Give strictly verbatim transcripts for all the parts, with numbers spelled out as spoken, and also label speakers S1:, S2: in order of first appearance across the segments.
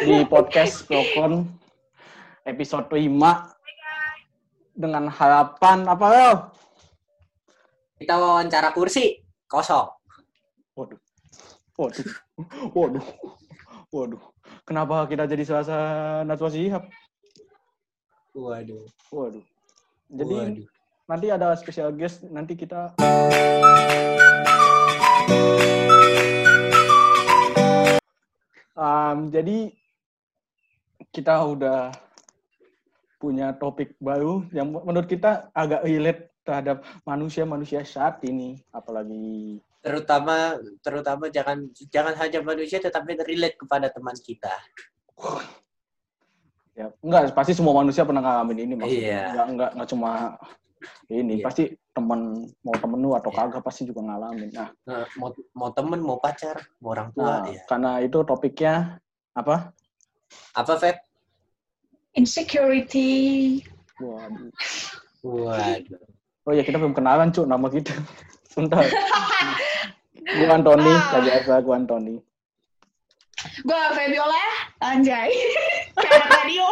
S1: di podcast Prokon episode lima dengan harapan apa lo?
S2: Kita wawancara kursi kosong.
S1: Waduh, waduh, waduh, waduh. Kenapa kita jadi selasa Najwa Shihab?
S2: Waduh,
S1: waduh. Jadi
S2: waduh.
S1: Nanti ada special guest. Nanti kita Um, jadi kita udah punya topik baru yang menurut kita agak relate terhadap manusia-manusia saat ini, apalagi
S2: terutama terutama jangan jangan hanya manusia tetapi relate kepada teman kita.
S1: Ya, enggak pasti semua manusia pernah ngalamin ini maksudnya.
S2: Iya.
S1: Enggak enggak enggak cuma ini, iya. Pasti teman mau temen lu atau iya. Kagak pasti juga ngalamin. Nah,
S2: nah mau mau temen, mau pacar, mau orang tua
S1: nah,
S2: ya.
S1: Karena itu topiknya apa?
S2: Apa, Feb?
S3: Insecurity.
S1: Waduh.
S2: Waduh.
S1: Oh ya, kita belum kenalan, Cuk, nama kita. Sebentar. Gue Antoni, ah. biasa gue Antoni.
S3: Gue Febiola, anjay. Kayak radio.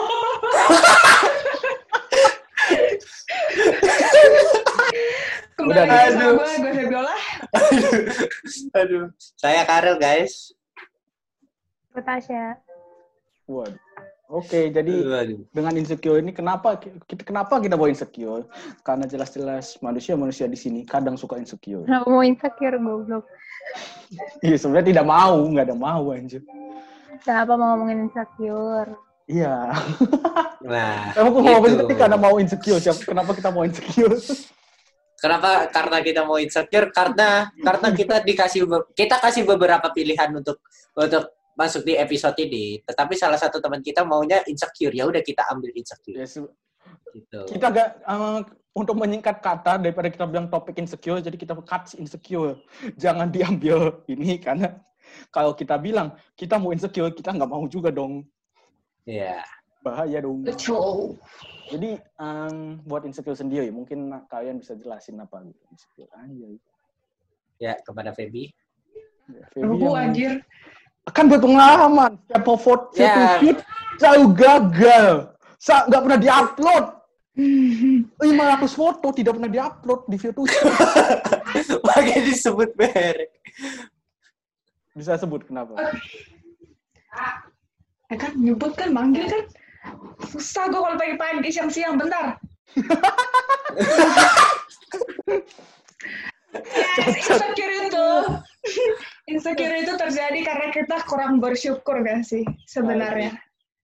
S3: Kembali bersama gue, gue Febiola.
S2: Aduh. Aduh. Saya Karel, guys.
S4: Gue Tasya.
S1: Waduh. Oke, jadi
S2: Waduh.
S1: dengan insecure ini kenapa kita kenapa kita mau insecure? Karena jelas-jelas manusia-manusia di sini kadang suka insecure.
S4: Kenapa mau insecure, goblok?
S1: Iya, sebenarnya tidak mau, nggak ada mau anjir.
S4: Kenapa mau ngomongin insecure?
S1: Iya.
S2: Nah,
S1: Kamu mau ngomongin tapi karena mau insecure. Kenapa kita mau insecure?
S2: Kenapa? Karena kita mau insecure karena karena kita dikasih kita kasih beberapa pilihan untuk untuk masuk di episode ini, tetapi salah satu teman kita maunya insecure, ya udah kita ambil insecure.
S1: Yes.
S2: Gitu.
S1: Kita agak uh, untuk menyingkat kata daripada kita bilang topik insecure, jadi kita cut insecure. Jangan diambil ini karena kalau kita bilang kita mau insecure, kita nggak mau juga dong.
S2: Iya. Yeah.
S1: Bahaya dong.
S3: Betul.
S1: Jadi um, buat insecure sendiri, mungkin kalian bisa jelasin apa gitu insecure aja.
S2: Ya, kepada Feby.
S1: Ya,
S3: Rubu yang... anjir.
S1: Kan berpengalaman, setiap foto
S2: yeah.
S1: shoot selalu gagal, Sa- nggak pernah diupload. lima ratus foto tidak pernah diupload di video shoot.
S2: Makanya disebut merek.
S1: Bisa sebut kenapa?
S3: Ya kan nyebut kan, manggil kan. Susah gue kalau pagi-pagi, siang-siang, bentar. Yes, insecure itu insecure itu terjadi karena kita kurang bersyukur gak sih sebenarnya?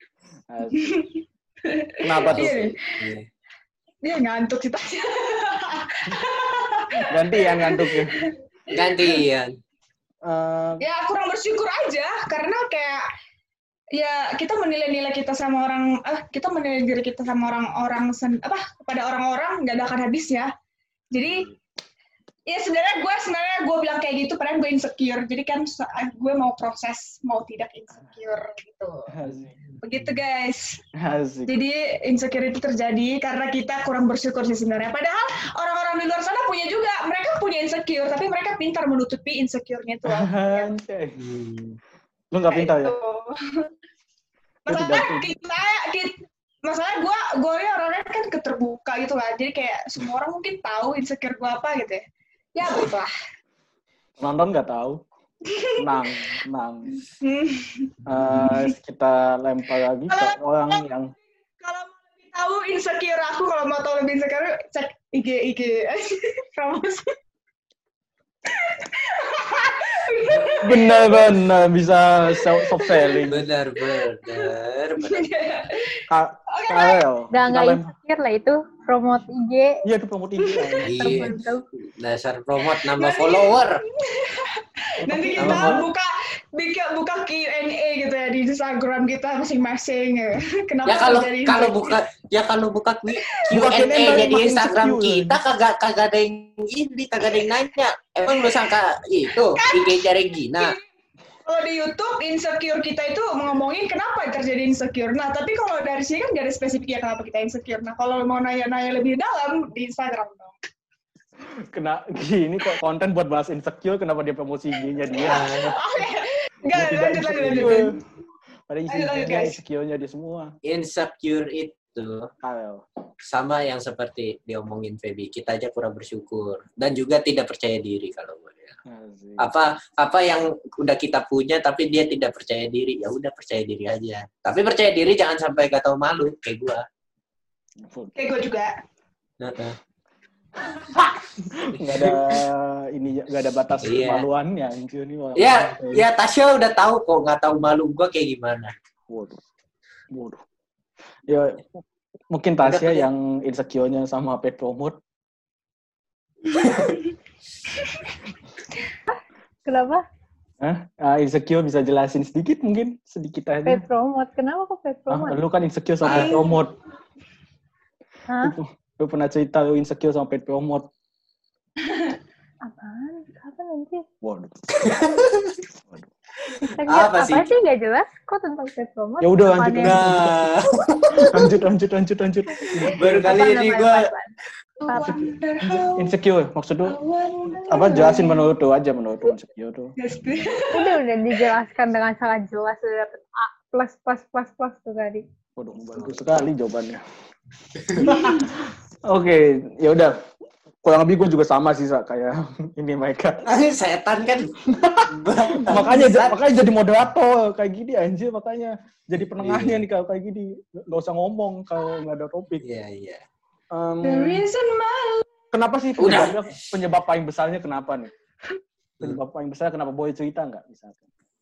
S1: Kenapa tuh?
S3: Iya, dia ngantuk sih tadi.
S1: Gantian ngantuknya.
S2: Gantian.
S1: Uh,
S3: ya kurang bersyukur aja karena kayak ya kita menilai-nilai kita sama orang, eh kita menilai diri kita sama orang-orang sen, apa kepada orang-orang nggak ada akan habisnya. Jadi ya sebenarnya gue sebenarnya gue bilang kayak gitu padahal gue insecure. Jadi kan gue mau proses mau tidak insecure gitu.
S1: Asik.
S3: Begitu guys.
S1: Asik.
S3: Jadi insecure itu terjadi karena kita kurang bersyukur sih sebenarnya. Padahal orang-orang di luar sana punya juga, mereka punya insecure tapi mereka pintar menutupi insecure-nya itu.
S1: Hmm. Lu nggak pintar ya?
S3: Masalah kita, kita masalah gue gue orangnya kan keterbuka gitu lah. Jadi kayak semua orang mungkin tahu insecure gue apa gitu ya. Ya begitulah.
S1: Nonton nggak tahu. Tenang, tenang. uh, kita lempar lagi ke orang yang.
S3: Kalau mau lebih tahu insecure aku, kalau mau tahu lebih insecure, cek I G I G promosi.
S1: Benar-benar bisa soft selling.
S2: Benar, benar, benar.
S1: Karel.
S4: Gak nggak insecure lah itu. Promote I G.
S1: Iya, itu promote I G.
S2: Iya. Dasar promote nambah follower.
S3: Nanti kita nambah. buka buka buka Q and A gitu ya di Instagram kita masing-masing. Kenapa
S2: ya kalau kalau buka ya kalau buka Q and A di Instagram kita kagak kagak ada yang ini, kagak ada yang nanya. Emang lu sangka itu I G jari Gina?
S3: Kalau di YouTube, insecure kita itu ngomongin kenapa terjadi insecure. Nah, tapi kalau dari sini kan nggak ada spesifiknya kenapa kita insecure. Nah, kalau mau nanya-nanya lebih dalam, di Instagram dong.
S1: Kena gini kok konten buat bahas insecure, kenapa dia promosi I G-nya dia?
S3: Oke, nggak, lanjut, lanjut, lanjut.
S1: Pada isi
S3: Ayo, ayo,
S1: dia
S3: guys.
S1: insecure-nya dia semua.
S2: Insecure itu
S1: Ayo.
S2: sama yang seperti diomongin Feby. Kita aja kurang bersyukur dan juga tidak percaya diri kalau gue.
S1: Asik.
S2: Apa apa yang udah kita punya tapi dia tidak percaya diri, ya udah percaya diri aja. Tapi percaya diri jangan sampai gak tahu malu kayak gua.
S3: Kayak gue juga.
S2: Heeh.
S1: Nggak ada ini nggak ada batas
S2: Iya.
S1: kemaluannya anjir nih. orang-
S2: Ya, ya Tasya udah tahu kok nggak tahu malu gua kayak gimana.
S1: Waduh. Waduh. Ya mungkin Tasya yang insecure-nya sama paid promote.
S4: Kenapa?
S1: Hah? Ah, insecure bisa jelasin sedikit mungkin? Sedikit aja.
S4: Paid promote. Kenapa kok paid
S1: Ah,
S4: promote?
S1: lu kan insecure sama paid promote.
S4: Hah?
S1: Lu, lu pernah cerita lu insecure sama paid promote.
S4: Apaan? Kapan nanti?
S1: Waduh.
S4: Enggak,
S2: Apa
S4: apa
S2: sih?
S4: sih? Nggak jelas kok tentang paid promote.
S1: Ya udah,
S4: Apaan
S1: lanjut,
S4: yang-
S2: Nah,
S1: Lanjut, lanjut, lanjut, lanjut.
S2: baru kali
S4: Apaan,
S2: ini
S4: apaan,
S2: gua
S4: apaan? Apa?
S1: Insecure, maksud lu apa? Jelasin menurut lu aja, menurut lu insecure tuh.
S4: Udah udah dijelaskan dengan sangat jelas, udah dapet A plus plus plus plus tuh tadi.
S1: Waduh, bagus sekali jawabannya. Oke, ya udah. Kurang lebih gue juga sama sih, Sa, kayak ini mereka.
S2: ini setan kan.
S1: makanya makanya jadi moderator kayak gini anjir, makanya jadi penengahnya
S2: Iya.
S1: nih kalau kayak gini. Gak usah ngomong kalau nggak ada topik.
S2: Iya, iya.
S1: Em,
S3: The reason my
S1: kenapa sih
S2: Udah.
S1: penyebabnya, penyebab paling besarnya kenapa nih? Penyebab paling besar kenapa, boleh cerita nggak misalkan?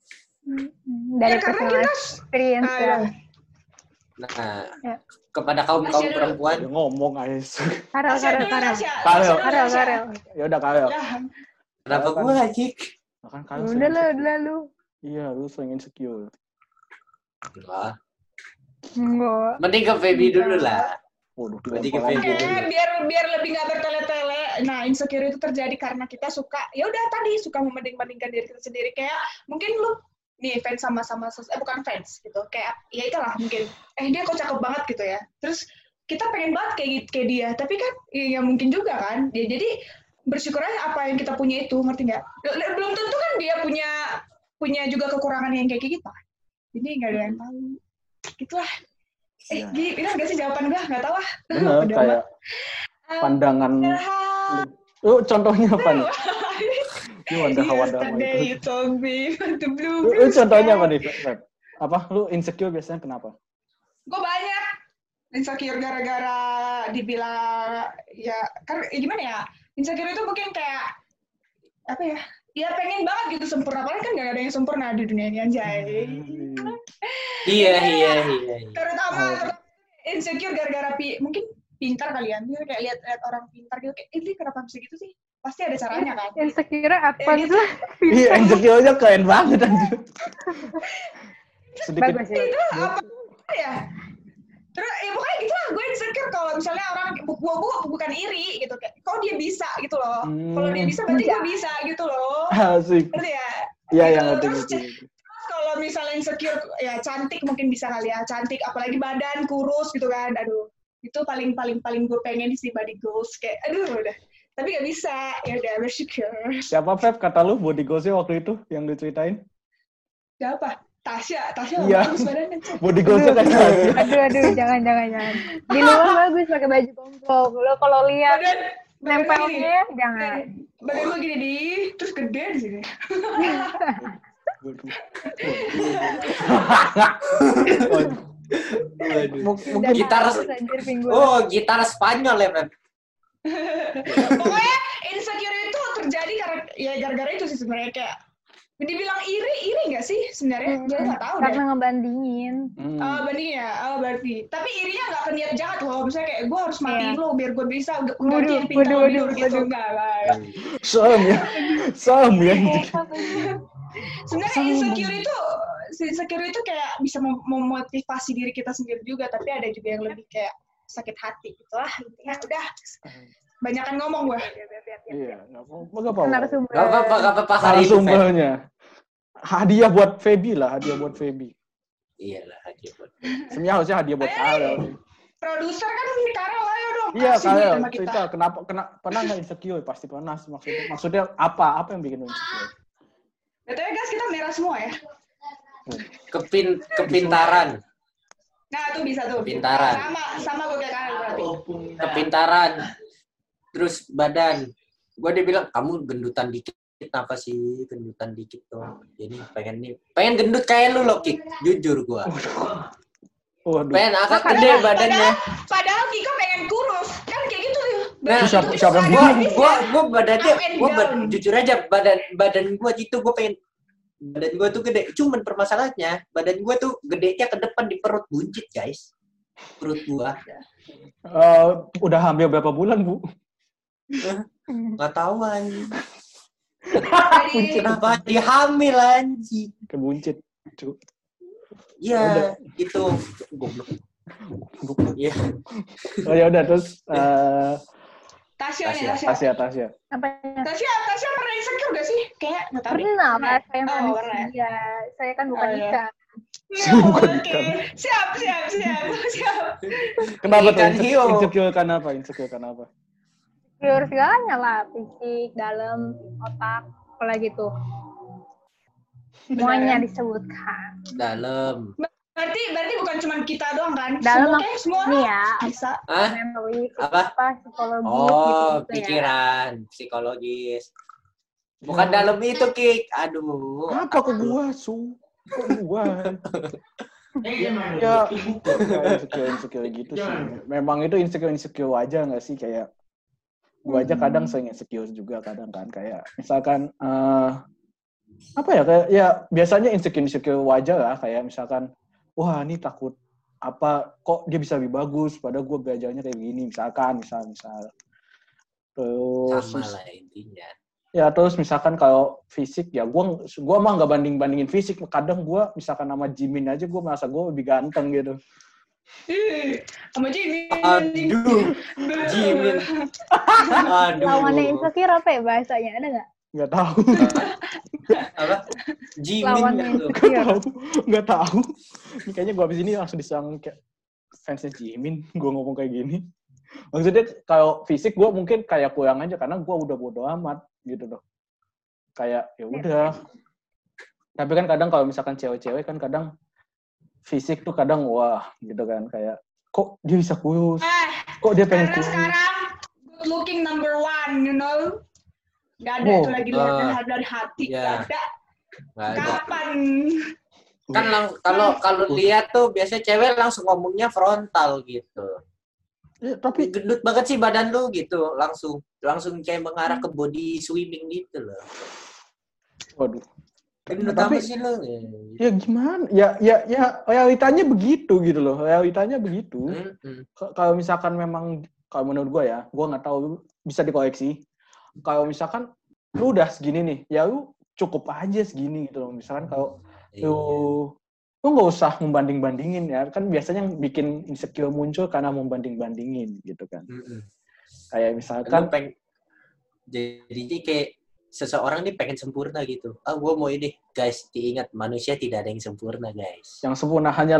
S4: Dari
S3: Ya, karena
S4: personal
S3: kita-
S4: experience
S3: Ah,
S4: ya.
S3: ya.
S2: Nah,
S4: Ya.
S2: kepada kaum-kaum
S3: Masih ada-
S2: perempuan,
S1: Ya, ngomong guys.
S4: Karel,
S3: Tasya
S4: karel,
S3: dulu,
S4: karel.
S3: Tasya.
S1: Karel.
S3: Tasya dulu,
S4: Karel,
S3: Tasya.
S4: karel.
S1: Ya udah Kyle.
S3: Ya,
S2: kenapa
S1: Kan-
S2: gua Hajik?
S1: Kan Kyle
S4: Udah
S1: sering
S4: lah,
S1: insecure.
S4: udah lu.
S1: Iya, lu sering insecure.
S2: Wah,
S4: Enggak.
S2: mending ke Feby dulu lah.
S1: Waduh,
S2: Berarti
S1: dilempar
S2: ke
S1: lagi.
S2: Feby.
S3: Oke, biar biar lebih nggak bertele-tele. Nah, insecure itu terjadi karena kita suka, ya udah tadi suka membanding-bandingkan diri kita sendiri. Kayak mungkin lu nih fans sama-sama, ses- eh bukan fans gitu. Kayak ya itulah mungkin. Eh dia kok cakep banget gitu ya. Terus kita pengen banget kayak gitu kayak dia, tapi kan ya nggak mungkin juga kan. Ya, jadi bersyukur aja apa yang kita punya itu, ngerti nggak? Belum tentu kan dia punya punya juga kekurangan yang kayak kita. Jadi nggak ada yang tahu. Gitulah. Eh,
S1: Iya.
S3: gini, benar nggak sih jawaban gue? Nggak tahu ah.
S1: Bener,
S3: Bodo
S1: kayak
S3: amat.
S1: pandangan.
S3: Ah,
S1: Lu contohnya apa nih? Lu wanda wanda
S3: Yesterday you
S1: itu.
S3: told me the blue
S1: Lu, lu
S3: blue
S1: contohnya
S3: sky.
S1: apa nih, Feb? Apa? Lu insecure biasanya kenapa?
S3: Gue banyak insecure gara-gara dibilang ya kan eh, gimana ya, insecure itu mungkin kayak apa ya, ya pengen banget gitu sempurna, padahal kan gak ada yang sempurna di dunia ini anjay.
S2: Iya, iya, iya. iya.
S3: Terutama
S1: Oh.
S3: terutama insecure gara-gara pi, mungkin pintar kalian, dia kayak lihat-lihat orang pintar gitu kayak, eh dia kenapa bisa gitu sih, pasti ada caranya kan.
S4: Insecure apa
S3: Ya, gitu.
S4: tuh?
S1: Iya, insecure-nya keren banget anjir. Sedikit.
S4: Bagus ya.
S3: Itu apa ya? Terus ya pokoknya gitu lah, gue insecure kalau misalnya orang gue gue bukan iri gitu kayak kok dia bisa gitu loh.
S1: Hmm.
S3: Kalau dia bisa berarti gue bisa gitu loh.
S1: Asik.
S3: Ngerti ya?
S1: Iya,
S3: Gitu.
S1: yang ngerti
S3: Terus
S1: gitu.
S3: Terus kalau misalnya insecure ya cantik mungkin bisa kali ya, cantik apalagi badan kurus gitu kan. Aduh, itu paling paling paling gue pengen sih body goals kayak aduh udah. Tapi gak bisa. Ya udah bersyukur.
S1: Siapa, Feb, kata lu body goals-nya waktu itu yang lu ceritain?
S3: Siapa? Tasya, Tasya
S1: Iya.
S3: bagus badannya. Cek.
S1: Body goals-nya kayak Tasya.
S4: Aduh, aduh, jangan, jangan, jangan. Di luar bagus pakai baju komplek. Lo kalau lihat
S3: Badan badan gue gini.
S4: nempelnya, jangan.
S3: Badan gue gini di, terus gede di sini.
S1: Waduh.
S2: Waduh.
S1: Mung- Mungkin
S4: Dan
S2: gitar-
S4: bagus, anjir, pinggul.
S2: Oh, gitar Spanyol ya, Feb?
S3: Pokoknya insecure itu terjadi karena ya gara-gara itu sih sebenarnya kayak dibilang iri iri nggak sih sebenarnya gue nggak tahu deh.
S4: Karena ngebandingin.
S1: Hmm.
S3: Oh, banding ya, oh berarti. Tapi irinya nggak ke niat jahat loh. Misalnya kayak gue harus matiin
S4: Iya.
S3: lo biar gue bisa g-
S4: Waduh,
S3: gantiin pintar
S4: waduh,
S3: lo
S4: waduh,
S3: biar gitu
S4: waduh.
S3: enggak lah.
S1: Serem ya. Serem ya.
S3: Sebenarnya insecure itu insecure itu kayak bisa mem- memotivasi diri kita sendiri juga, tapi ada juga yang lebih kayak sakit hati gitu lah. Intinya udah banyakan ngomong gue.
S1: Iya, nggak apa-apa. Nggak apa-apa.
S4: Narasumber.
S2: Gak apa-apa, gak apa-apa hari ini, Feb.
S1: Narasumbernya. Hadiah buat Feby lah, hadiah buat Feby.
S2: Iyalah, hadiah buat
S1: Sebenarnya harusnya hadiah buat
S3: Ayo,
S1: Karel.
S3: Produser kan Karel ayo dong.
S1: Iya,
S3: kasih nih
S1: Karel.
S3: sama kita.
S1: Cerita, kenapa, kena, pernah nggak insecure? Pasti pernah sih maksudnya. Maksudnya apa? Apa yang bikin lu insecure?
S3: B T W guys, kita merah semua ya.
S2: Kepin kepintaran.
S3: Nah, itu bisa tuh.
S2: Kepintaran.
S3: Sama, sama gue kayak kalian berarti.
S2: Kepintaran. Terus badan. Gue dia bilang, kamu gendutan dikit. Apa sih gendutan dikit tuh? Jadi pengen nih. Pengen gendut kayak lu loh, Kik. Jujur gue.
S1: Waduh.
S2: Pengen agak gede badannya.
S3: Padahal, padahal Kiko pengen kurus. Kan kayak gitu tuh.
S2: Nah,
S1: siapa, siapa yang
S2: gua,
S1: bilang?
S2: gua, gua badannya,
S3: Up and
S2: gua ba-
S3: down.
S2: jujur aja badan badan gua gitu, gua pengen badan gua tuh gede. Cuman permasalahannya, badan gua tuh gedenya ke depan di perut, buncit guys. Perut gua.
S1: Uh, udah hamil berapa bulan, Bu?
S2: Nggak tahu anjing.
S3: Jadi,
S2: Kenapa dia hamil anjing?
S1: Kebuncit. Cu.
S2: Iya, itu goblok. Iya.
S1: Oh ya udah terus uh,
S3: Tasya nih,
S2: Tasya.
S3: Tasya.
S1: Tasya, Tasya.
S4: Apanya?
S3: Tasya, Tasya pernah insecure gak sih? Kayak nggak tahu deh.
S4: Pernah, Pak. Saya
S3: Oh,
S4: manusia. Saya kan bukan
S3: Oh, iya.
S4: ikan.
S3: Ya,
S1: Bukan
S3: Oke,
S1: ikan.
S3: siap, siap, siap, siap.
S1: Kenapa tuh?
S2: Ikan
S1: Insecure,
S2: hiu.
S1: insecure karena apa? Insecure karena apa?
S4: Pure segalanya lah. Fisik, dalam, otak, apalagi tuh. Semuanya disebutkan.
S2: Dalam.
S3: Berarti, berarti bukan cuma kita doang kan?
S4: Dalam
S3: Semua kayak semua
S4: Nih ya,
S3: bisa.
S2: Hah?
S4: memori,
S2: Apa?
S4: apa, psikologis,
S2: Oh,
S4: gitu-gitu ya.
S2: pikiran, psikologis. Bukan dalam itu, Kik. Aduh.
S1: Apa kok gua, Su? Kok gua? ya, ya insecure, insecure gitu sih. Memang itu insecure-insecure aja nggak sih? Kayak gua aja kadang sering insecure juga kadang kan. Kayak misalkan, uh, apa ya, kayak ya biasanya insecure-insecure wajar lah. Kayak misalkan, wah ini takut apa, kok dia bisa lebih bagus, padahal gua belajarnya kayak gini. Misalkan, misal, misal. Terus,
S2: Sama lah intinya.
S1: ya terus misalkan kalau fisik ya gua gua mah nggak banding bandingin fisik, kadang gua misalkan sama Jimin aja gua merasa gua lebih ganteng gitu.
S3: Ih, sama Jimin.
S2: Aduh, Jimin. Aduh.
S4: Lawannya insecure apa ya bahasanya? Ada nggak?
S1: Nggak tahu,
S2: Apa? Jimin
S4: Lawannya
S2: gitu.
S1: nggak
S4: insecure.
S1: tahu, nggak tahu. Ini kayaknya gua abis ini langsung disang kayak fansnya Jimin, gua ngomong kayak gini. Maksudnya kalau fisik gua mungkin kayak kurang aja karena gua udah bodo amat gitu loh. Kayak ya udah. Tapi kan kadang kalau misalkan cewek-cewek kan kadang fisik tuh kadang wah gitu kan, kayak kok dia bisa kurus,
S3: Eh,
S1: kok dia pengen
S3: karena
S1: kurus.
S3: sekarang good looking number one, you know. Gak ada
S1: Oh,
S3: itu lagi
S2: uh,
S3: lihat dari hati.
S2: iya.
S3: Gak ada.
S2: Nggak ada.
S3: Kapan?
S2: Kan lang- kalau kalau lihat tuh biasanya cewek langsung ngomongnya frontal gitu.
S1: Ya, tapi
S2: Gendut banget sih badan lu gitu, langsung langsung kayak mengarah ke body swimming gitu loh.
S1: waduh.
S2: Gendut
S1: Tapi-
S2: apa sih lu?
S1: Ya gimana? Ya ya ya realitanya begitu gitu loh. Realitanya begitu.
S2: Hmm,
S1: K- Kalau misalkan memang kalau menurut gue ya, gue nggak tahu bisa dikoreksi. Kalau misalkan lu udah segini nih, ya lu cukup aja segini gitu loh. Misalkan kalau
S2: Iya.
S1: lu lu nggak usah membanding-bandingin ya. Kan biasanya yang bikin insecure muncul karena membanding-bandingin gitu kan.
S2: Mm-mm.
S1: Kayak
S2: Lu
S1: misalkan
S2: peng jadi kayak seseorang nih pengen sempurna gitu. Ah, gue mau ini, guys. Diingat manusia tidak ada yang sempurna, guys.
S1: yang sempurna hanya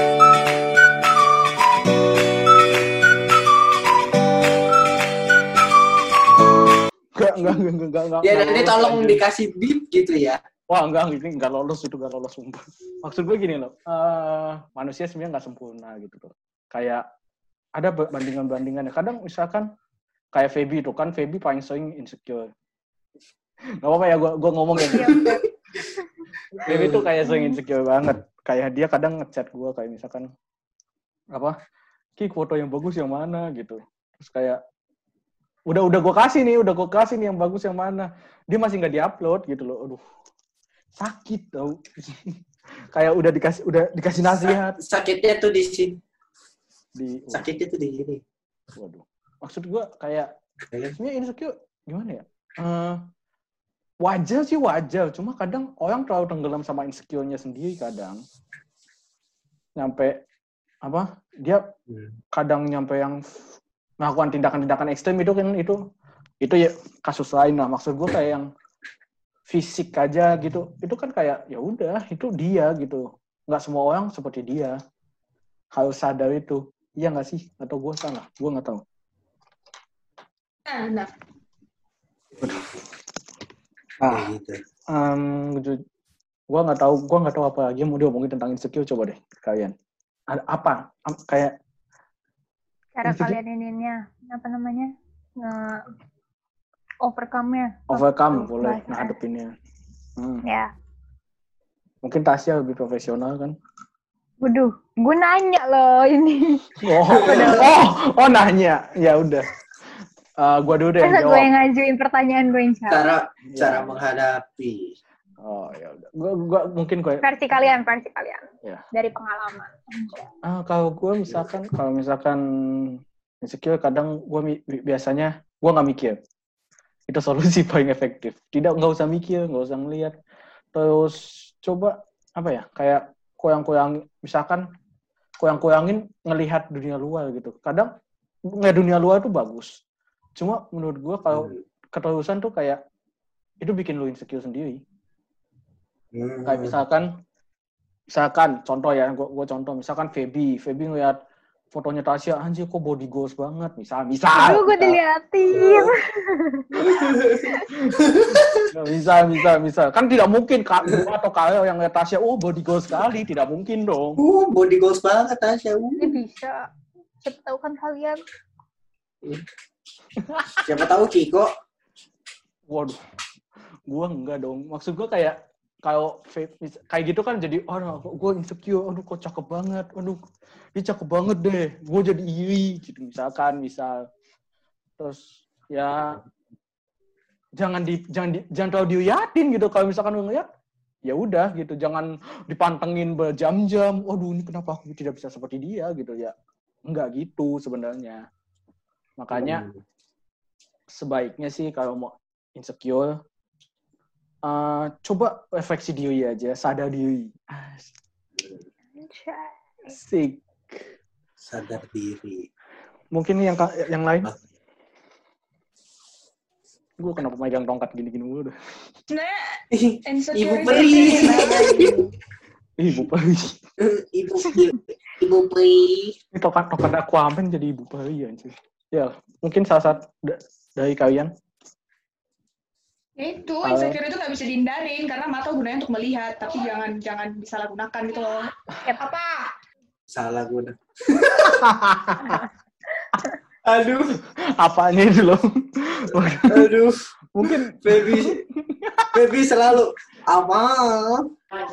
S1: Enggak, enggak, enggak, enggak, enggak.
S2: Ya
S1: enggak
S2: nanti
S1: lolos
S2: tolong
S1: aja.
S2: dikasih beep gitu ya.
S1: Wah, enggak, ini enggak lolos itu, enggak lolos sumpah. Maksud gue gini loh, eh, manusia sebenarnya enggak sempurna gitu loh. Kayak ada bandingan-bandingannya. Kadang misalkan kayak Feby tuh kan, Feby paling sering insecure. Gak apa-apa ya, gue gue ngomong ya. Feby tuh kayak sering insecure banget. Kayak dia kadang ngechat gue kayak misalkan apa, Ki foto yang bagus yang mana gitu. Terus kayak udah udah gue kasih nih, udah gue kasih nih yang bagus yang mana. Dia masih nggak diupload gitu loh. Aduh, sakit tau. Kayak udah dikasih udah dikasih nasihat
S2: Sakitnya tuh di sini.
S1: di.
S2: Sakitnya tuh di sini.
S1: Waduh. Maksud gue kayak
S2: Ya.
S1: sebenarnya insecure gimana ya? Eh, wajar sih wajar, cuma kadang orang terlalu tenggelam sama insecure-nya sendiri kadang. Nyampe apa? Dia kadang nyampe yang melakukan tindakan-tindakan ekstrem itu kan itu itu ya kasus lain lah. Maksud gue kayak yang fisik aja gitu. Itu kan kayak ya udah, itu dia gitu. Nggak semua orang seperti dia. Harus sadar itu. Iya nggak sih? Atau gue salah? Gue nggak tahu.
S3: Nah, nah.
S2: Kayak gitu.
S1: Um, ju- Gua nggak tahu, gua nggak tahu apa lagi yang mau diomongin tentang insecure. Coba deh kalian. Ada apa? Am- Kayak
S4: Cara
S1: Insecure-
S4: kalian ininya apa namanya? Nge overcome-nya.
S1: overcome
S4: tuh,
S1: boleh
S4: bahasanya.
S1: ngadepinnya. Hmm.
S4: Ya.
S1: Mungkin Tasya lebih profesional kan?
S4: Waduh, gue nanya loh ini.
S1: Oh, oh, oh nanya. Ya udah. Uh, gua dulu deh yang
S4: Masa gue
S1: jawab.
S4: yang ngajuin pertanyaan gue yang jawab.
S2: Cara
S1: Ya.
S2: cara menghadapi.
S1: Oh ya udah. Gua, gua mungkin gue.
S4: Versi kalian, versi kalian.
S1: Ya.
S4: Dari pengalaman.
S1: Ah, kalau gue misalkan, kalau misalkan insecure, kadang gue mi- bi- biasanya gue nggak mikir. Itu solusi paling efektif. Tidak, nggak usah mikir, nggak usah ngeliat. Terus coba apa ya? Kayak koyang-koyang, misalkan koyang-koyangin ngelihat dunia luar gitu. Kadang nggak dunia luar tuh bagus. Cuma menurut gue kalau keterusan tuh kayak itu bikin lu insecure sendiri.
S2: Hmm.
S1: Kayak misalkan, misalkan contoh ya, gue gue contoh, misalkan Feby, Feby ngeliat fotonya Tasya, anjir kok body goals banget, misal, misal.
S4: Aduh, gue diliatin.
S1: Misal, misal, misal. Kan tidak mungkin Kak gua atau Kak yang ngeliat Tasya, oh body goals sekali, tidak mungkin dong.
S2: Uh, body goals banget Tasya. Uh.
S4: Ini bisa. Siapa tahu kan kalian.
S2: Siapa tahu Ciko.
S1: Waduh, gue enggak dong. Maksud gue kayak kalau kayak gitu kan jadi, oh gue insecure, aduh kok cakep banget, aduh dia cakep banget deh, gue jadi iri gitu misalkan, misal. Terus ya jangan di jangan di, jangan terlalu diliatin gitu. Kalau misalkan lu ngeliat, ya udah gitu, jangan dipantengin berjam-jam. Waduh ini kenapa aku tidak bisa seperti dia gitu ya. Enggak gitu sebenarnya. Makanya sebaiknya sih kalau mau insecure, uh, coba refleksi diri aja, sadar diri. Asik.
S2: Sadar diri.
S1: Mungkin yang yang lain. Gue kenapa megang tongkat gini-gini mulu dah.
S3: Sebenarnya
S2: Ibu
S3: insecurity
S2: peri.
S1: Ibu peri.
S2: Ibu Ibu peri.
S1: Ini tongkat tongkat Aquaman jadi ibu peri anjir. Ya, mungkin salah satu dari kalian.
S3: itu insecure itu nggak bisa dihindarin karena mata gunanya untuk melihat, tapi jangan jangan disalahgunakan gitu loh. Apa?
S2: Salah guna. Aduh,
S1: Apanya itu loh?
S2: aduh.
S1: Mungkin
S2: Baby, baby selalu aman.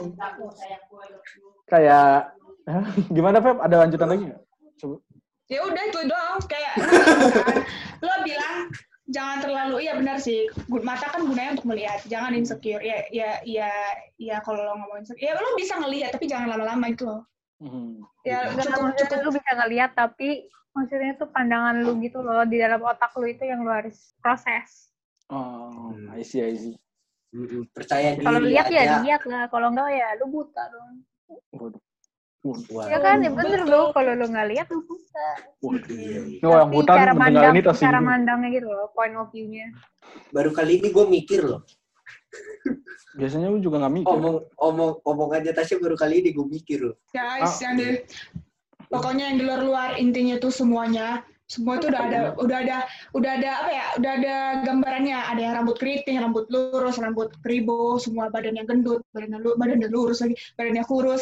S1: kayak gimana Feb? Ada lanjutan lagi nggak? Coba.
S3: Ya udah itu doang, kayak kan, lo bilang jangan terlalu, iya benar sih, mata kan gunanya untuk melihat, jangan insecure. Ya ya ya ya kalau lo ngomongin insecure, ya lo bisa ngelihat tapi jangan lama-lama itu loh.
S1: Hmm.
S3: Ya
S4: Enggak,
S3: cukup
S4: maksudnya
S3: cukup
S4: lu bisa ngeliat, tapi maksudnya tuh pandangan lu gitu loh, di dalam otak lu itu yang lu harus proses.
S1: Oh, I see, I see.
S2: Mm-mm, percaya diri
S4: Kalau lihat ya
S2: aja.
S4: lihat lah, kalau enggak ya lu buta dong.
S1: Waduh.
S2: Wah,
S4: Ya kan, ya bener
S3: betul.
S4: loh, kalau lu nggak lihat lu buta.
S1: Waduh.
S2: iya.
S1: Ini orang
S4: Tapi
S1: buta
S4: cara
S1: mendengar
S4: mandang,
S1: ini tersinggung.
S4: cara mandangnya gitu loh, point of view-nya.
S2: Baru kali ini gue mikir loh.
S1: Biasanya lu juga nggak mikir.
S2: Omong omong omongannya Tasya baru kali ini gue mikir loh.
S3: guys,
S1: Ah.
S3: yang di pokoknya yang di luar-luar intinya tuh semuanya, semua itu udah ada, udah ada, udah ada apa ya, udah ada gambarannya. Ada yang rambut keriting, rambut lurus, rambut keribo, semua badannya gendut, badannya lu, badannya lurus lagi, badannya kurus.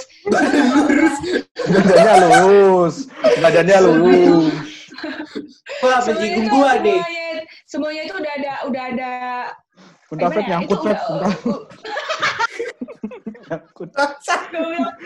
S1: Badannya lurus. Badannya lurus.
S2: Wah,
S3: Semuanya
S2: menyinggung
S3: itu,
S2: gue nih.
S3: semuanya, semuanya itu udah ada, udah ada.
S1: Bentar,
S3: gimana
S1: Feb,
S3: ya,
S1: nyangkut,
S3: itu
S1: Feb.
S3: udah-
S1: Bentar.
S3: u-
S1: Nyangkut.
S3: u-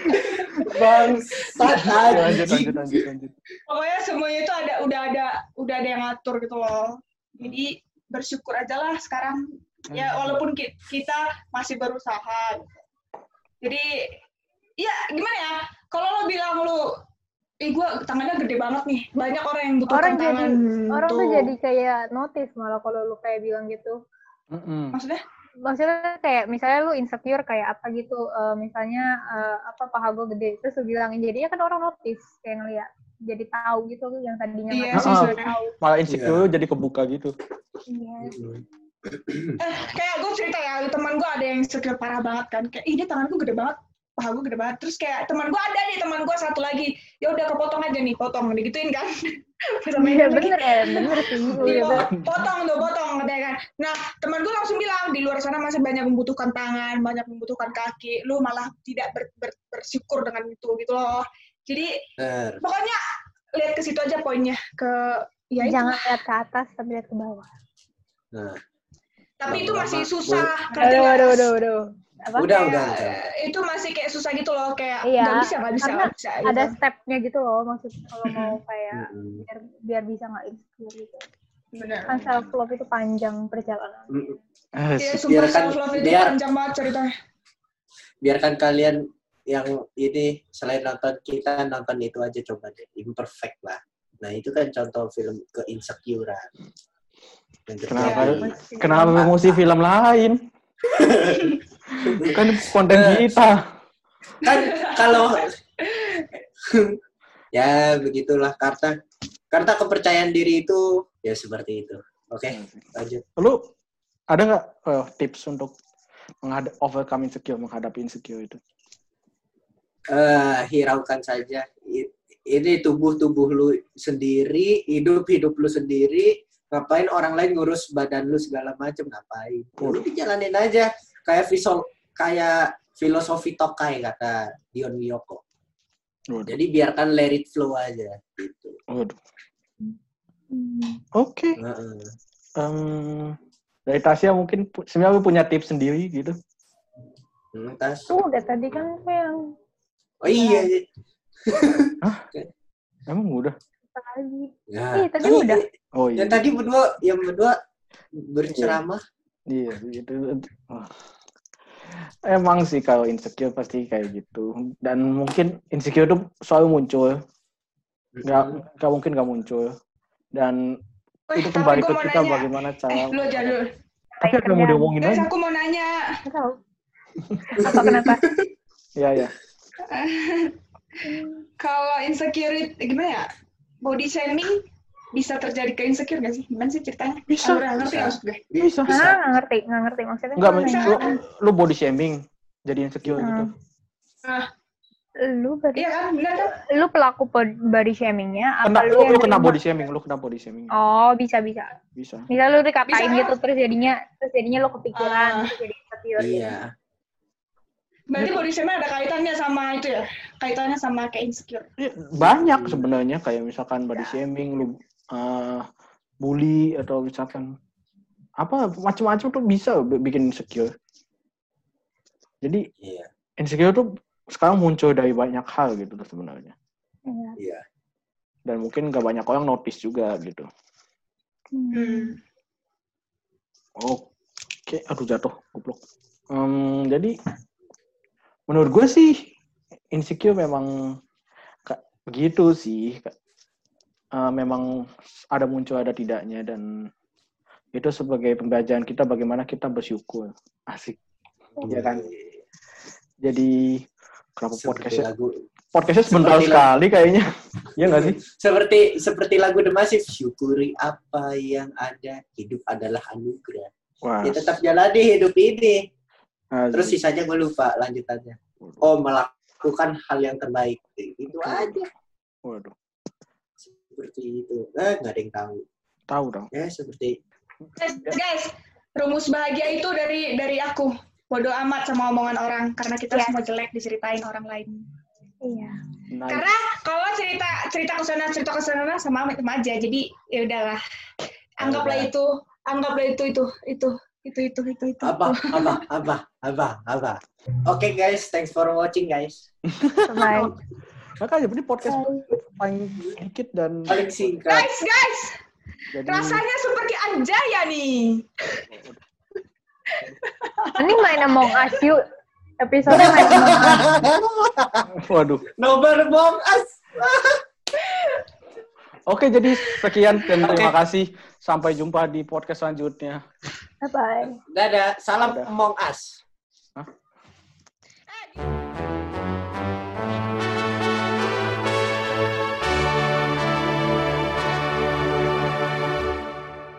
S2: Bangsat
S1: Lanjut,
S2: anjing.
S1: lanjut, lanjut, lanjut.
S3: Pokoknya semuanya itu ada, udah ada, udah ada yang ngatur gitu loh. Jadi bersyukur aja lah sekarang. Ya walaupun ki- kita masih berusaha. Gitu. Jadi ya gimana ya? Kalau lo bilang lo, eh gue tangannya gede banget nih. Banyak orang yang butuhkan
S4: Orang jadi,
S3: tangan.
S4: orang tuh
S3: tuh.
S4: jadi kayak notice malah kalau lu kayak bilang gitu.
S1: Mm-mm.
S3: Maksudnya?
S4: Maksudnya kayak misalnya lu insecure kayak apa gitu, eh, misalnya eh, apa paha gue gede, terus lu bilangin, jadinya kan orang notice kayak ngeliat, jadi tahu gitu yang tadinya
S3: Iya
S4: nggak
S3: sih
S1: Ah.
S4: tahu.
S3: sebenarnya.
S4: tahu.
S1: Malah insecure jadi kebuka gitu.
S4: Iya.
S3: Eh, kayak gue cerita ya, teman gue ada yang insecure parah banget kan. Kayak, ih dia tanganku gede banget. paha gue gede banget. Terus kayak teman gue ada nih, teman gue satu lagi, ya udah kepotong aja nih, potong, digituin kan.
S4: Iya bener ya, bener sih.
S3: Potong tuh, potong, katanya kan. Nah, teman gue langsung bilang, di luar sana masih banyak membutuhkan tangan, banyak membutuhkan kaki, lu malah tidak ber, ber, bersyukur dengan itu, gitu loh. Jadi,
S2: Bener.
S3: pokoknya lihat ke situ aja poinnya, ke ya
S4: Jangan
S3: itulah.
S4: lihat ke atas, tapi lihat ke bawah.
S2: Nah,
S3: Tapi itu
S2: lama-lama
S3: masih susah.
S2: gue-
S3: ngerti
S4: Aduh,
S3: nggak?
S4: aduh, aduh, aduh. Apa?
S2: Udah,
S3: Kayak,
S2: udah, udah.
S3: itu masih kayak susah gitu loh, kayak
S4: Iya,
S3: nggak bisa, nggak bisa,
S4: karena
S3: nggak bisa.
S4: ada
S3: Gitu.
S4: stepnya gitu loh, maksud kalau mau kayak
S2: Mm-mm.
S4: biar biar bisa nggak insecure gitu.
S3: Bener.
S4: Kan self love itu panjang perjalanan.
S2: Mm-mm.
S1: Eh,
S3: Iya,
S1: sih.
S3: sumpah
S2: biarkan-
S3: self-love itu
S2: biar-
S3: panjang banget ceritanya.
S2: Biarkan kalian yang ini selain nonton kita nonton itu aja coba deh, Imperfect lah. Nah itu kan contoh film keinsecurean. Yang
S1: Kenapa?
S2: terjadi.
S1: Kenapa emosi film lain? Kan konten kita.
S2: Kan kalau ya begitulah karena karena kepercayaan diri itu ya seperti itu. Oke, lanjut.
S1: Lu ada nggak eh, tips untuk menghadap overcome insecure, menghadapi insecure itu?
S2: Eh, hiraukan saja. I- Ini tubuh-tubuh lu sendiri, hidup-hidup lu sendiri. Ngapain orang lain ngurus badan lu segala macam, ngapain? Ya lu dijalanin aja. Kayak visol, kayak filosofi Tokai kata Dion Wiyoko.
S1: Waduh.
S2: Jadi biarkan let it flow aja gitu.
S1: Waduh.
S4: Hmm.
S1: Oke.
S2: Heeh.
S1: Em, dari Tasya mungkin pu- sebenarnya punya tips sendiri gitu.
S2: Hmm, tas.
S4: Tuh udah tadi kan aku yang
S2: Oh iya. iya.
S1: Emang udah?
S4: tadi.
S2: Ya.
S4: Iya, tadi udah.
S1: Oh iya.
S2: Yang tadi berdua, yang berdua berceramah.
S1: Iya, gitu. Oh. Emang sih kalau insecure pasti kayak gitu. Dan mungkin insecure itu selalu muncul. Nggak, nggak mungkin nggak muncul. Dan
S3: Wih,
S1: itu
S3: tapi
S1: kembali
S3: gua
S1: ke
S3: mau
S1: kita
S3: nanya.
S1: bagaimana
S3: Eh,
S1: cara.
S3: lu aja dulu.
S1: Tapi ada yang mau diomongin
S3: Guys,
S1: aja.
S3: aku mau nanya.
S4: Nggak tahu. Apa kenapa?
S1: Iya, iya.
S3: Kalau insecure, gimana ya? Body shaming bisa terjadi ke insecure gak sih? Gimana sih ceritanya?
S1: Bisa.
S3: Aku udah ngerti
S2: Bisa.
S3: maksud gue.
S1: Bisa.
S2: Bisa.
S4: Ah, nggak ngerti, nggak ngerti maksudnya.
S1: Enggak,
S4: gimana
S1: lu,
S4: ya?
S1: lu body shaming. Jadi insecure gitu.
S4: Hmm.
S3: Nah,
S4: Lu body,
S3: iya kan? Benar kan?
S4: lu pelaku pod- body shamingnya
S1: Kena,
S4: apa
S1: lu,
S4: yang
S1: lu kena
S4: terima?
S1: body shaming. Lu kena body shaming.
S4: Oh, bisa bisa.
S1: Bisa.
S4: Misal lu dikatain
S3: Bisa,
S4: gitu terus jadinya terus jadinya lu kepikiran
S3: Ah.
S4: terus jadi insecure. gitu.
S2: Iya.
S3: Berarti body shaming ada kaitannya sama itu ya? Kaitannya sama kayak insecure.
S1: Iya, banyak sebenarnya kayak misalkan body shaming, lu uh, bully atau misalkan apa macam-macam tuh bisa b- bikin insecure. Jadi
S2: Iya.
S1: insecure tuh sekarang muncul dari banyak hal gitu loh sebenarnya.
S4: Iya.
S2: Iya.
S1: Dan mungkin gak banyak orang notice juga gitu.
S3: Hmm.
S1: Oke, aduh jatuh, goblok. Em, jadi menurut gue sih insecure memang ka- begitu sih. Ka- eh, memang ada muncul ada tidaknya dan itu sebagai pembelajaran kita bagaimana kita bersyukur. Asik. Iya kan? Jadi kenapa
S2: Seperti
S1: podcastnya
S2: lagu
S1: podcastnya sebentar
S2: seperti
S1: sekali kayaknya. Iya nggak sih?
S2: seperti seperti lagu The Massive, syukuri apa yang ada, hidup adalah anugerah.
S1: Wah.
S2: Ya tetap jalani hidup ini.
S1: asik.
S2: Terus sisanya gue lupa lanjutannya. Oh, melakukan hal yang terbaik. Itu aja.
S1: Waduh.
S2: Seperti itu. Eh, nggak ada yang tahu.
S1: Tahu dong.
S2: Ya, seperti
S3: Guys, guys, rumus bahagia itu dari dari aku. Bodoh amat sama omongan orang karena kita
S4: Iya.
S3: semua jelek diceritain orang lain.
S4: Iya.
S1: Nice.
S3: Karena kalau cerita cerita ke sana cerita ke sana sama sama aja. Jadi ya udahlah. Anggaplah
S2: Yaudah.
S3: itu, anggaplah itu itu itu itu itu itu itu.
S2: apa, apa, apa, apa, apa. Oke guys, thanks for watching guys.
S4: Baik.
S1: Makanya ini podcast paling sedikit dan
S2: Paling singkat.
S3: Guys, guys,
S1: jadi
S3: rasanya seperti Anjaya nih.
S4: Mending main Among Us yuk. Episode main Among Us.
S1: waduh.
S2: Nobar Among Us.
S1: Oke, jadi sekian dan
S2: Oke.
S1: terima kasih. Sampai jumpa di podcast selanjutnya.
S4: Bye bye.
S2: Dadah, salam
S1: Dadah.
S2: Among Us.
S1: Hah?